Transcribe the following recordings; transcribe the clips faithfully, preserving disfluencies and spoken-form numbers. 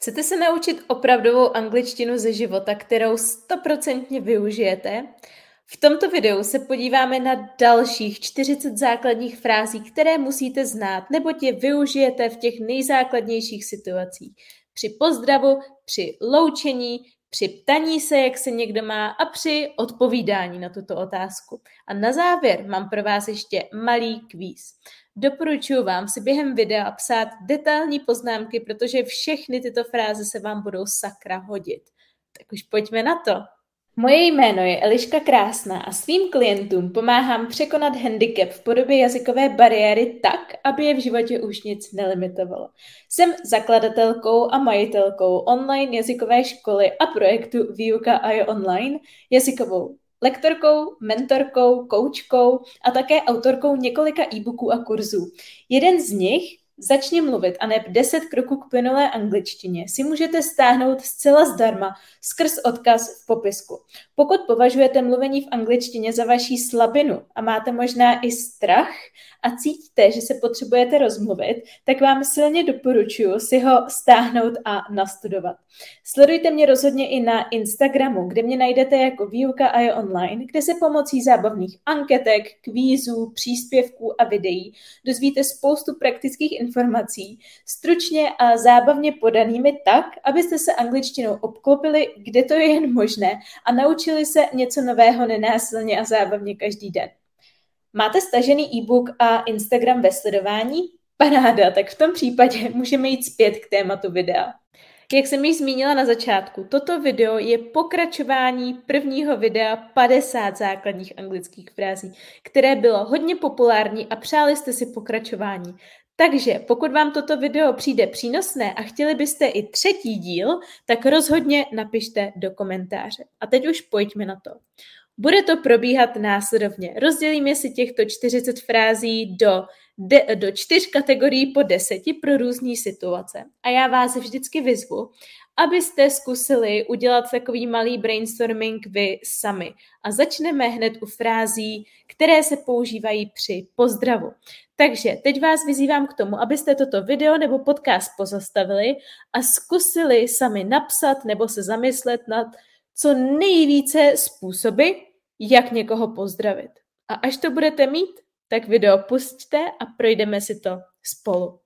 Chcete se naučit opravdovou angličtinu ze života, kterou stoprocentně využijete? V tomto videu se podíváme na dalších čtyřicet základních frází, které musíte znát, neboť je využijete v těch nejzákladnějších situacích. Při pozdravu, při loučení, při ptaní se, jak se někdo má a při odpovídání na tuto otázku. A na závěr mám pro vás ještě malý kvíz. Doporučuji vám si během videa psát detailní poznámky, protože všechny tyto fráze se vám budou sakra hodit. Tak už pojďme na to. Moje jméno je Eliška Krásná a svým klientům pomáhám překonat handicap v podobě jazykové bariéry tak, aby je v životě už nic nelimitovalo. Jsem zakladatelkou a majitelkou online jazykové školy a projektu Výuka a je online, jazykovou lektorkou, mentorkou, koučkou a také autorkou několika e-booků a kurzů. Jeden z nich, Začni mluvit a neb deset kroků k plynulé angličtině, si můžete stáhnout zcela zdarma skrz odkaz v popisku. Pokud považujete mluvení v angličtině za vaší slabinu a máte možná i strach a cítíte, že se potřebujete rozmluvit, tak vám silně doporučuji si ho stáhnout a nastudovat. Sledujte mě rozhodně i na Instagramu, kde mě najdete jako Výuka a je online, kde se pomocí zábavných anketek, kvízů, příspěvků a videí dozvíte spoustu praktických informací, stručně a zábavně podanými tak, abyste se angličtinou obklopili, kde to je jen možné a naučili se něco nového nenásilně a zábavně každý den. Máte stažený e-book a Instagram ve sledování? Paráda, tak v tom případě můžeme jít zpět k tématu videa. Jak jsem již zmínila na začátku, toto video je pokračování prvního videa padesát základních anglických frází, které bylo hodně populární a přáli jste si pokračování. Takže pokud vám toto video přijde přínosné a chtěli byste i třetí díl, tak rozhodně napište do komentáře. A teď už pojďme na to. Bude to probíhat následovně. Rozdělíme si těchto čtyřicet frází do, de, do čtyř kategorií po deseti pro různé situace. A já vás vždycky vyzvu, abyste zkusili udělat takový malý brainstorming vy sami. A začneme hned u frází, které se používají při pozdravu. Takže teď vás vyzývám k tomu, abyste toto video nebo podcast pozastavili a zkusili sami napsat nebo se zamyslet nad co nejvíce způsoby, jak někoho pozdravit. A až to budete mít, tak video pusťte a projdeme si to spolu.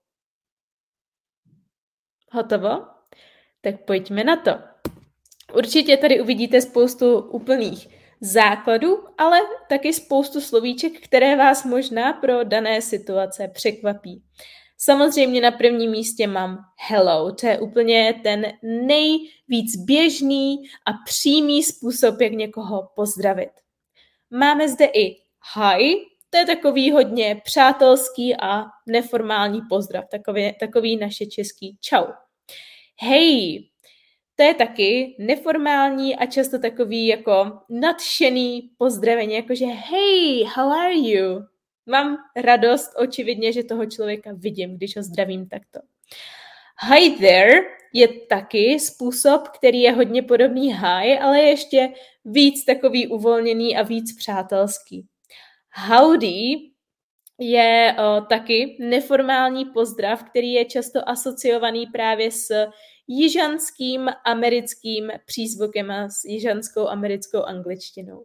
Hotovo? Tak pojďme na to. Určitě tady uvidíte spoustu úplných základů, ale taky spoustu slovíček, které vás možná pro dané situace překvapí. Samozřejmě na prvním místě mám hello, to je úplně ten nejvíc běžný a přímý způsob, jak někoho pozdravit. Máme zde i hi, to je takový hodně přátelský a neformální pozdrav, takový, takový naše český čau. Hej, to je taky neformální a často takový jako nadšený pozdravení, jakože hey, how are you? Mám radost, očividně, že toho člověka vidím, když ho zdravím takto. Hi there je taky způsob, který je hodně podobný hi, ale je ještě víc takový uvolněný a víc přátelský. Howdy je o, taky neformální pozdrav, který je často asociovaný právě s jižanským americkým přízvukem a s jižanskou americkou angličtinou.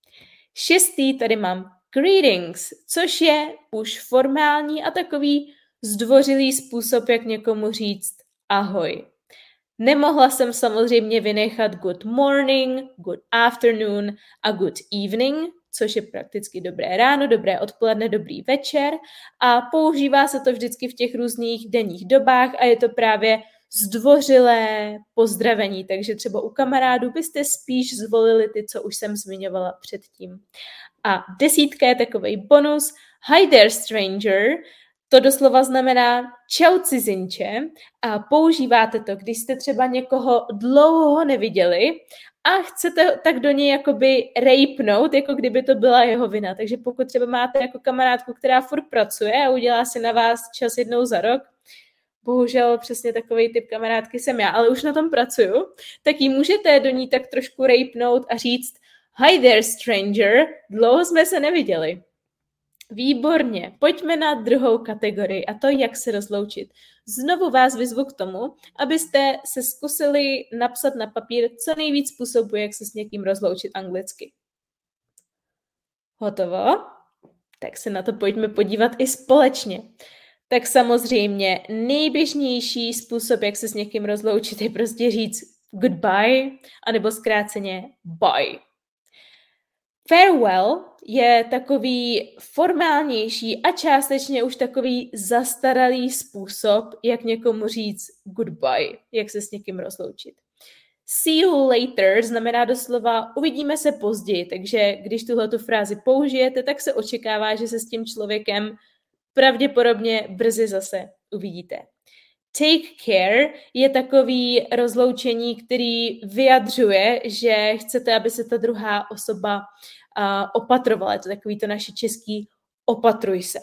Šestý tady mám greetings, což je už formální a takový zdvořilý způsob, jak někomu říct ahoj. Nemohla jsem samozřejmě vynechat good morning, good afternoon a good evening, což je prakticky dobré ráno, dobré odpoledne, dobrý večer a používá se to vždycky v těch různých denních dobách a je to právě zdvořilé pozdravení, takže třeba u kamarádů byste spíš zvolili ty, co už jsem zmiňovala předtím. A desítka je takovej bonus. Hi there, stranger. To doslova znamená čau cizinče a používáte to, když jste třeba někoho dlouho neviděli a chcete tak do něj jakoby rejpnout, jako kdyby to byla jeho vina. Takže pokud třeba máte jako kamarádku, která furt pracuje a udělá si na vás čas jednou za rok, bohužel přesně takový typ kamarádky jsem já, ale už na tom pracuju, tak jí můžete do ní tak trošku rejpnout a říct hi there, stranger, dlouho jsme se neviděli. Výborně, pojďme na druhou kategorii a to, jak se rozloučit. Znovu vás vyzvu k tomu, abyste se zkusili napsat na papír co nejvíc způsobů, jak se s někým rozloučit anglicky. Hotovo? Tak se na to pojďme podívat i společně. Tak samozřejmě nejběžnější způsob, jak se s někým rozloučit, je prostě říct goodbye, anebo zkráceně bye. Farewell je takový formálnější a částečně už takový zastaralý způsob, jak někomu říct goodbye, jak se s někým rozloučit. See you later znamená doslova uvidíme se později, takže když tuhletu frázi použijete, tak se očekává, že se s tím člověkem pravděpodobně brzy zase uvidíte. Take care je takový rozloučení, který vyjadřuje, že chcete, aby se ta druhá osoba uh, opatrovala. Je to takový to naše český opatruj se.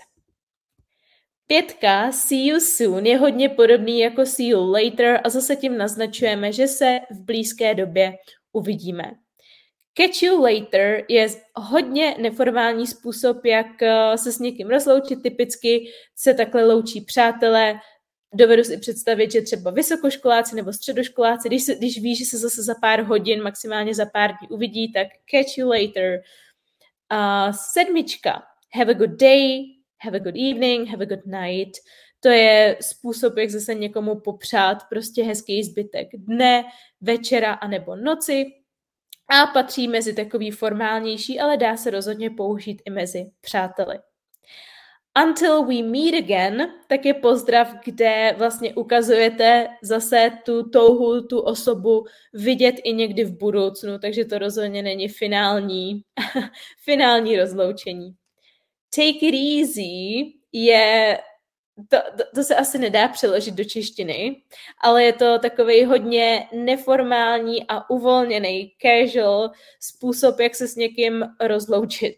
Pětka, see you soon, je hodně podobný jako see you later a zase tím naznačujeme, že se v blízké době uvidíme. Catch you later je hodně neformální způsob, jak se s někým rozloučit. Typicky se takhle loučí přátelé. Dovedu si představit, že třeba vysokoškoláci nebo středoškoláci, když, se, když ví, že se zase za pár hodin, maximálně za pár dní uvidí, tak catch you later. Uh, sedmička, have a good day, have a good evening, have a good night. To je způsob, jak zase někomu popřát prostě hezký zbytek dne, večera anebo noci. A patří mezi takový formálnější, ale dá se rozhodně použít i mezi přáteli. Until we meet again, tak je pozdrav, kde vlastně ukazujete zase tu touhu, tu osobu vidět i někdy v budoucnu, takže to rozhodně není finální, finální rozloučení. Take it easy je, to, to, to se asi nedá přeložit do češtiny, ale je to takovej hodně neformální a uvolněný, casual způsob, jak se s někým rozloučit.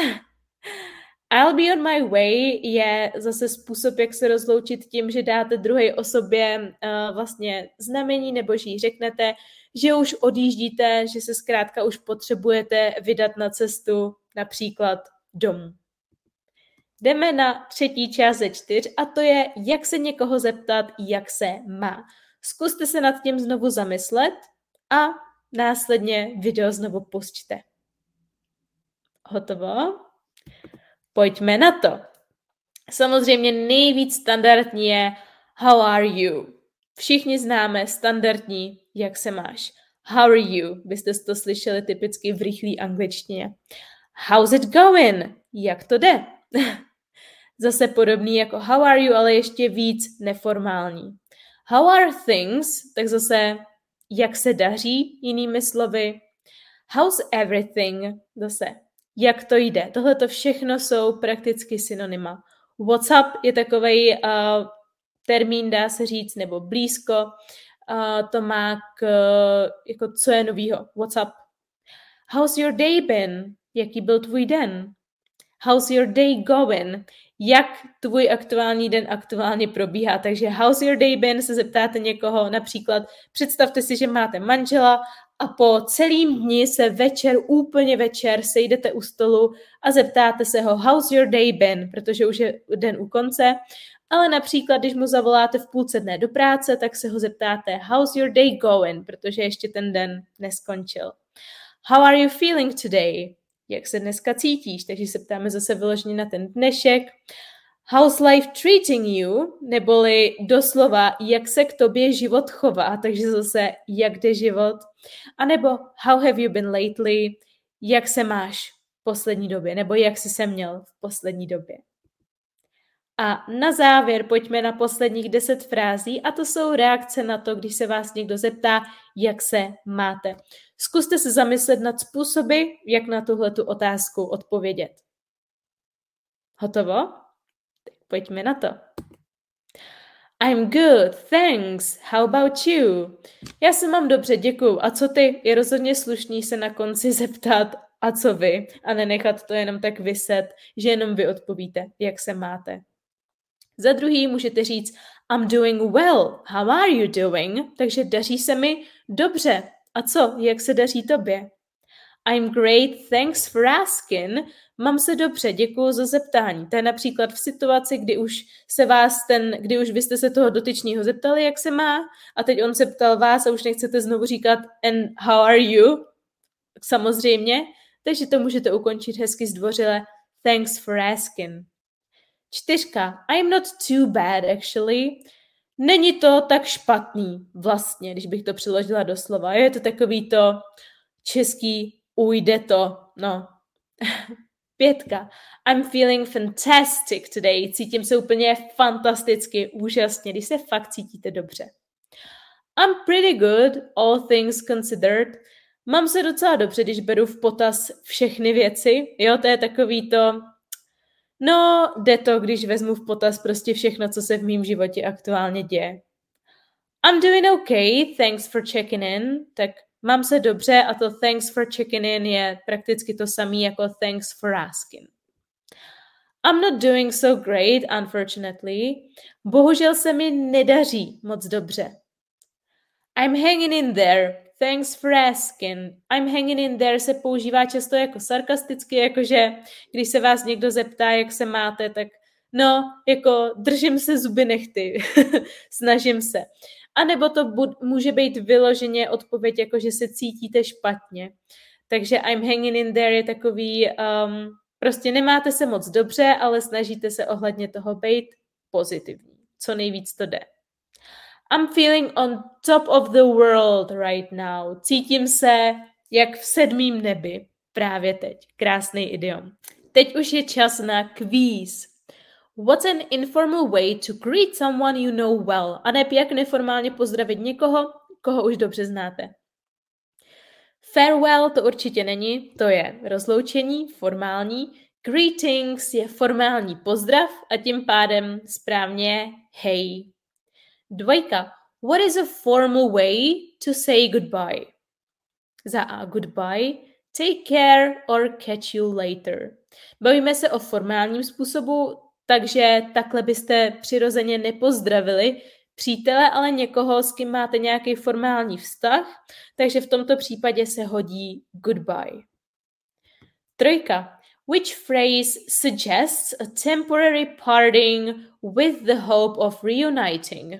I'll be on my way je zase způsob, jak se rozloučit tím, že dáte druhé osobě uh, vlastně znamení nebo že jí řeknete, že už odjíždíte, že se zkrátka už potřebujete vydat na cestu například domů. Jdeme na třetí část ze čtyř a to je, jak se někoho zeptat, jak se má. Zkuste se nad tím znovu zamyslet a následně video znovu pusťte. Hotovo? Pojďme na to. Samozřejmě nejvíc standardní je how are you. Všichni známe standardní, jak se máš. How are you? Byste to slyšeli typicky v rychlé angličtině. How's it going? Jak to jde? Zase podobný jako how are you, ale ještě víc neformální. How are things? Tak zase jak se daří, jinými slovy. How's everything? Zase jak to jde. Tohle to všechno jsou prakticky synonyma. What's up je takovej uh, termín, dá se říct, nebo blízko. Uh, to má k, jako co je novýho. What's up? How's your day been? Jaký byl tvůj den? How's your day going? Jak tvůj aktuální den aktuálně probíhá. Takže how's your day been se zeptáte někoho, například představte si, že máte manžela a po celým dni se večer, úplně večer sejdete u stolu a zeptáte se ho how's your day been, protože už je den u konce, ale například, když mu zavoláte v půlce dne do práce, tak se ho zeptáte how's your day going, protože ještě ten den neskončil. How are you feeling today? Jak se dneska cítíš? Takže se ptáme zase vyloženě na ten dnešek. How's life treating you? Neboli doslova, jak se k tobě život chová, takže zase, jak jde život. A nebo how have you been lately? Jak se máš v poslední době? Nebo jak jsi se měl v poslední době? A na závěr pojďme na posledních deset frází a to jsou reakce na to, když se vás někdo zeptá, jak se máte. Zkuste se zamyslet nad způsoby, jak na tuhletu otázku odpovědět. Hotovo? Tak pojďme na to. I'm good, thanks. How about you? Já se mám dobře, děkuju. A co ty? Je rozhodně slušný se na konci zeptat, a co vy? A nenechat to jenom tak viset, že jenom vy odpovíte, jak se máte. Za druhý můžete říct I'm doing well. How are you doing? Takže daří se mi dobře. A co? Jak se daří tobě? I'm great, thanks for asking. Mám se dobře, děkuju za zeptání. To je například v situaci, kdy už se vás ten, kdy už vy jste se toho dotyčného zeptali, jak se má, a teď on se ptal vás a už nechcete znovu říkat and how are you? Samozřejmě, takže to můžete ukončit hezky zdvořile thanks for asking. Čtyřka. I'm not too bad, actually. Není to tak špatný, vlastně, když bych to přeložila do slova. Je to takový to český ujde to, no. Pětka. I'm feeling fantastic today. Cítím se úplně fantasticky, úžasně, když se fakt cítíte dobře. I'm pretty good, all things considered. Mám se docela dobře, když beru v potaz všechny věci. Jo, to je takový to, no, jde to, když vezmu v potaz prostě všechno, co se v mém životě aktuálně děje. I'm doing okay, thanks for checking in. Tak mám se dobře a to thanks for checking in je prakticky to samé jako thanks for asking. I'm not doing so great, unfortunately. Bohužel se mi nedaří moc dobře. I'm hanging in there. Thanks for asking. I'm hanging in there se používá často jako sarkasticky, jakože když se vás někdo zeptá, jak se máte, tak no, jako držím se zuby nechty, snažím se. A nebo to bud- může být vyloženě odpověď, jako že se cítíte špatně. Takže I'm hanging in there je takový, um, prostě nemáte se moc dobře, ale snažíte se ohledně toho být pozitivní. Co nejvíc to jde. I'm feeling on top of the world right now. Cítím se jak v sedmém nebi. Právě teď. Krásný idiom. Teď už je čas na kvíz. What's an informal way to greet someone you know well? A ne jak neformálně pozdravit někoho, koho už dobře znáte. Farewell to určitě není, to je rozloučení, formální. Greetings je formální pozdrav a tím pádem správně hej. Dvojka. What is a formal way to say goodbye? Za A. Goodbye. Take care or catch you later. Bavíme se o formálním způsobu, takže takhle byste přirozeně nepozdravili přítele, ale někoho, s kým máte nějaký formální vztah, takže v tomto případě se hodí goodbye. Trojka. Which phrase suggests a temporary parting with the hope of reuniting?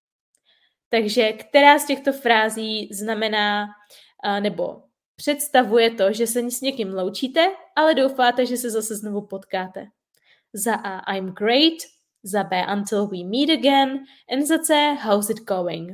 Takže která z těchto frází znamená nebo představuje to, že se s někým loučíte, ale doufáte, že se zase znovu potkáte. Za A. I'm great, za B. Until we meet again and za C. How's it going?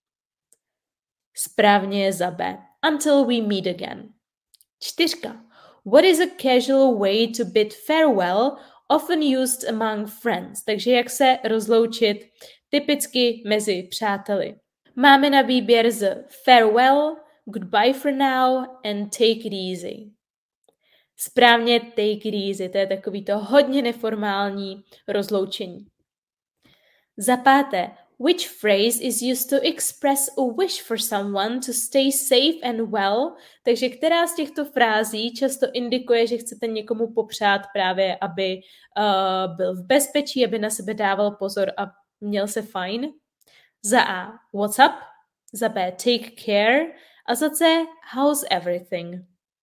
Správně je za B. Until we meet again. Čtyřka. What is a casual way to bid farewell, often used among friends? Takže jak se rozloučit typicky mezi přáteli. Máme na výběr z farewell, goodbye for now and take it easy. Správně take it easy, to je takový to hodně neformální rozloučení. Za páté, which phrase is used to express a wish for someone to stay safe and well? Takže která z těchto frází často indikuje, že chcete někomu popřát právě, aby uh, byl v bezpečí, aby na sebe dával pozor a měl se fajn. Za A. What's up? Za B. Take care. A za C. How's everything?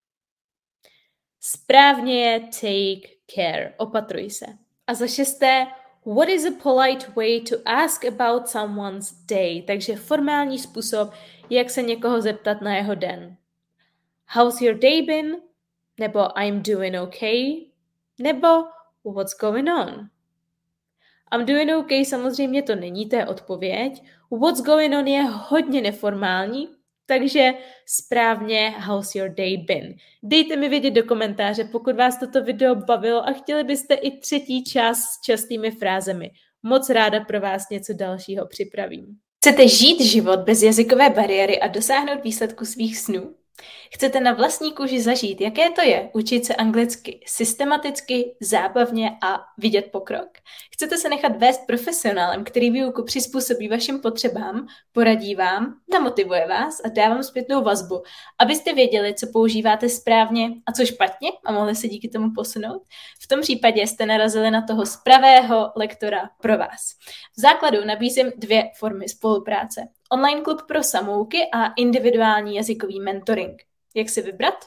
Správně je take care. Opatruj se. A za šesté. What is a polite way to ask about someone's day? Takže formální způsob, jak se někoho zeptat na jeho den. How's your day been? Nebo I'm doing okay? Nebo what's going on? I'm doing okay samozřejmě to není, to je odpověď. What's going on je hodně neformální, takže správně how's your day been. Dejte mi vědět do komentáře, pokud vás toto video bavilo a chtěli byste i třetí část s častými frázemi. Moc ráda pro vás něco dalšího připravím. Chcete žít život bez jazykové bariéry a dosáhnout výsledku svých snů? Chcete na vlastní kůži zažít, jaké to je učit se anglicky systematicky, zábavně a vidět pokrok? Chcete se nechat vést profesionálem, který výuku přizpůsobí vašim potřebám, poradí vám, namotivuje vás a dá vám zpětnou vazbu, abyste věděli, co používáte správně a co špatně a mohli se díky tomu posunout? V tom případě jste narazili na toho pravého lektora pro vás. V základu nabízím dvě formy spolupráce. Online klub pro samouky a individuální jazykový mentoring. Jak si vybrat?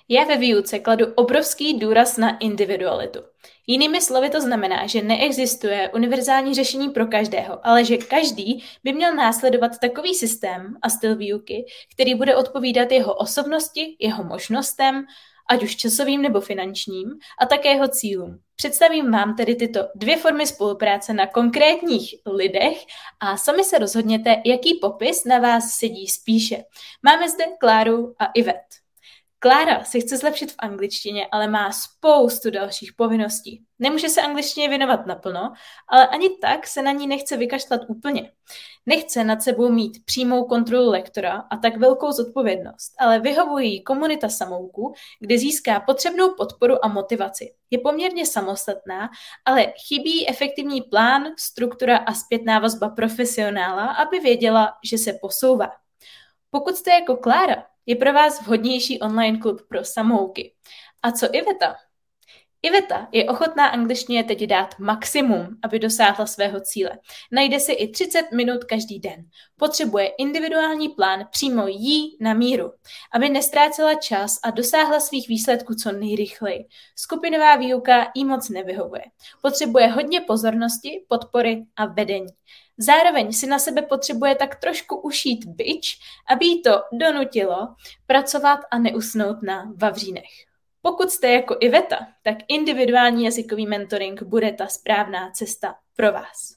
Já ve výuce kladu obrovský důraz na individualitu. Jinými slovy to znamená, že neexistuje univerzální řešení pro každého, ale že každý by měl následovat takový systém a styl výuky, který bude odpovídat jeho osobnosti, jeho možnostem, ať už časovým nebo finančním, a také jeho cílům. Představím vám tedy tyto dvě formy spolupráce na konkrétních lidech a sami se rozhodněte, jaký popis na vás sedí spíše. Máme zde Kláru a Ivet. Klára se chce zlepšit v angličtině, ale má spoustu dalších povinností. Nemůže se angličtině věnovat naplno, ale ani tak se na ní nechce vykašlat úplně. Nechce nad sebou mít přímou kontrolu lektora a tak velkou zodpovědnost, ale vyhovuje jí komunita samouků, kde získá potřebnou podporu a motivaci. Je poměrně samostatná, ale chybí efektivní plán, struktura a zpětná vazba profesionála, aby věděla, že se posouvá. Pokud jste jako Klára, je pro vás vhodnější online klub pro samouky. A co Iveta? Iveta je ochotná angličtině teď dát maximum, aby dosáhla svého cíle. Najde si i třicet minut každý den. Potřebuje individuální plán přímo jí na míru, aby nestrácela čas a dosáhla svých výsledků co nejrychleji. Skupinová výuka jí moc nevyhovuje. Potřebuje hodně pozornosti, podpory a vedení. Zároveň si na sebe potřebuje tak trošku ušít bič, aby jí to donutilo pracovat a neusnout na vavřínech. Pokud jste jako Iveta, tak individuální jazykový mentoring bude ta správná cesta pro vás.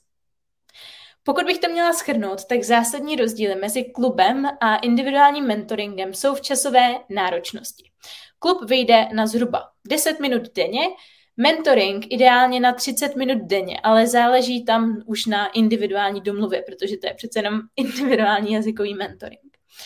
Pokud bych to měla shrnout, tak zásadní rozdíly mezi klubem a individuálním mentoringem jsou v časové náročnosti. Klub vyjde na zhruba deset minut denně, mentoring ideálně na třicet minut denně, ale záleží tam už na individuální domluvě, protože to je přece jenom individuální jazykový mentoring.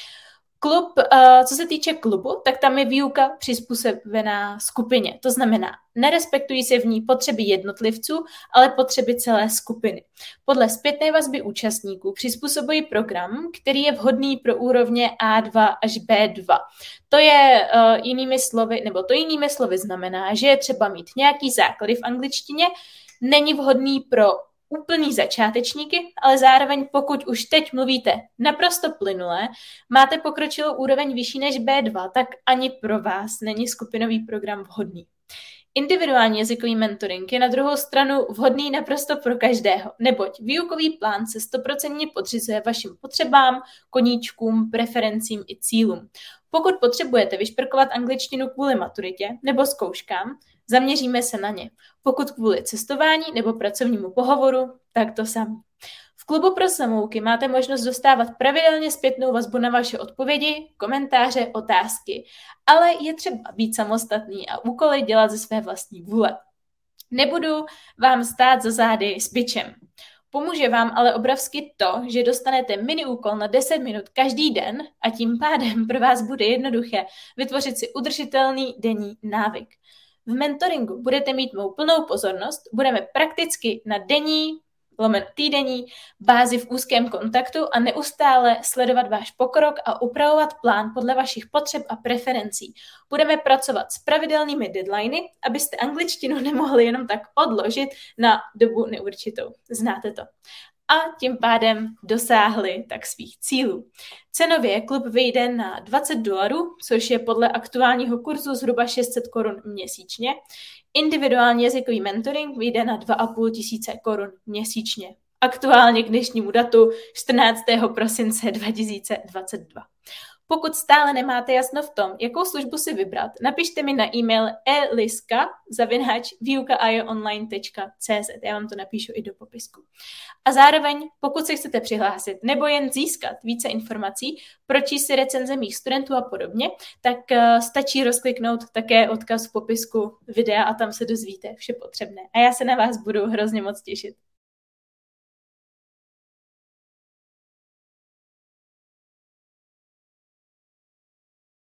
Klub, co se týče klubu, tak tam je výuka přizpůsobená skupině. To znamená, nerespektují se v ní potřeby jednotlivců, ale potřeby celé skupiny. Podle zpětné vazby účastníků přizpůsobují program, který je vhodný pro úrovně A dva až bé dva. To je uh, jinými slovy, nebo to jinými slovy znamená, že je třeba mít nějaký základy v angličtině, není vhodný pro úplný začátečníky, ale zároveň pokud už teď mluvíte naprosto plynule, máte pokročilou úroveň vyšší než bé dva, tak ani pro vás není skupinový program vhodný. Individuální jazykový mentoring je na druhou stranu vhodný naprosto pro každého, neboť výukový plán se stoprocentně podřizuje vašim potřebám, koníčkům, preferencím i cílům. Pokud potřebujete vyšperkovat angličtinu kvůli maturitě nebo zkouškám, zaměříme se na ně. Pokud kvůli cestování nebo pracovnímu pohovoru, tak to samé. V klubu pro samouky máte možnost dostávat pravidelně zpětnou vazbu na vaše odpovědi, komentáře, otázky, ale je třeba být samostatný a úkoly dělat ze své vlastní vůle. Nebudu vám stát za zády s bičem. Pomůže vám ale obrovsky to, že dostanete mini úkol na deset minut každý den a tím pádem pro vás bude jednoduché vytvořit si udržitelný denní návyk. V mentoringu budete mít mou plnou pozornost, budeme prakticky na denní, lomeno týdenní bázi v úzkém kontaktu a neustále sledovat váš pokrok a upravovat plán podle vašich potřeb a preferencí. Budeme pracovat s pravidelnými deadliny, abyste angličtinu nemohli jenom tak odložit na dobu neurčitou. Znáte to. A tím pádem dosáhli tak svých cílů. Cenově klub vyjde na dvacet dolarů, což je podle aktuálního kurzu zhruba šest set korun měsíčně. Individuální jazykový mentoring vyjde na dva a půl tisíce korun měsíčně. Aktuálně k dnešnímu datu čtrnáctého prosince dva tisíce dvacet dva. Pokud stále nemáte jasno v tom, jakou službu si vybrat, napište mi na e-mail eliska zavináč výuka a j online tečka cé zet. Já vám to napíšu i do popisku. A zároveň, pokud se chcete přihlásit nebo jen získat více informací, pročíst si recenze mých studentů a podobně, tak uh, stačí rozkliknout také odkaz v popisku videa a tam se dozvíte vše potřebné. A já se na vás budu hrozně moc těšit.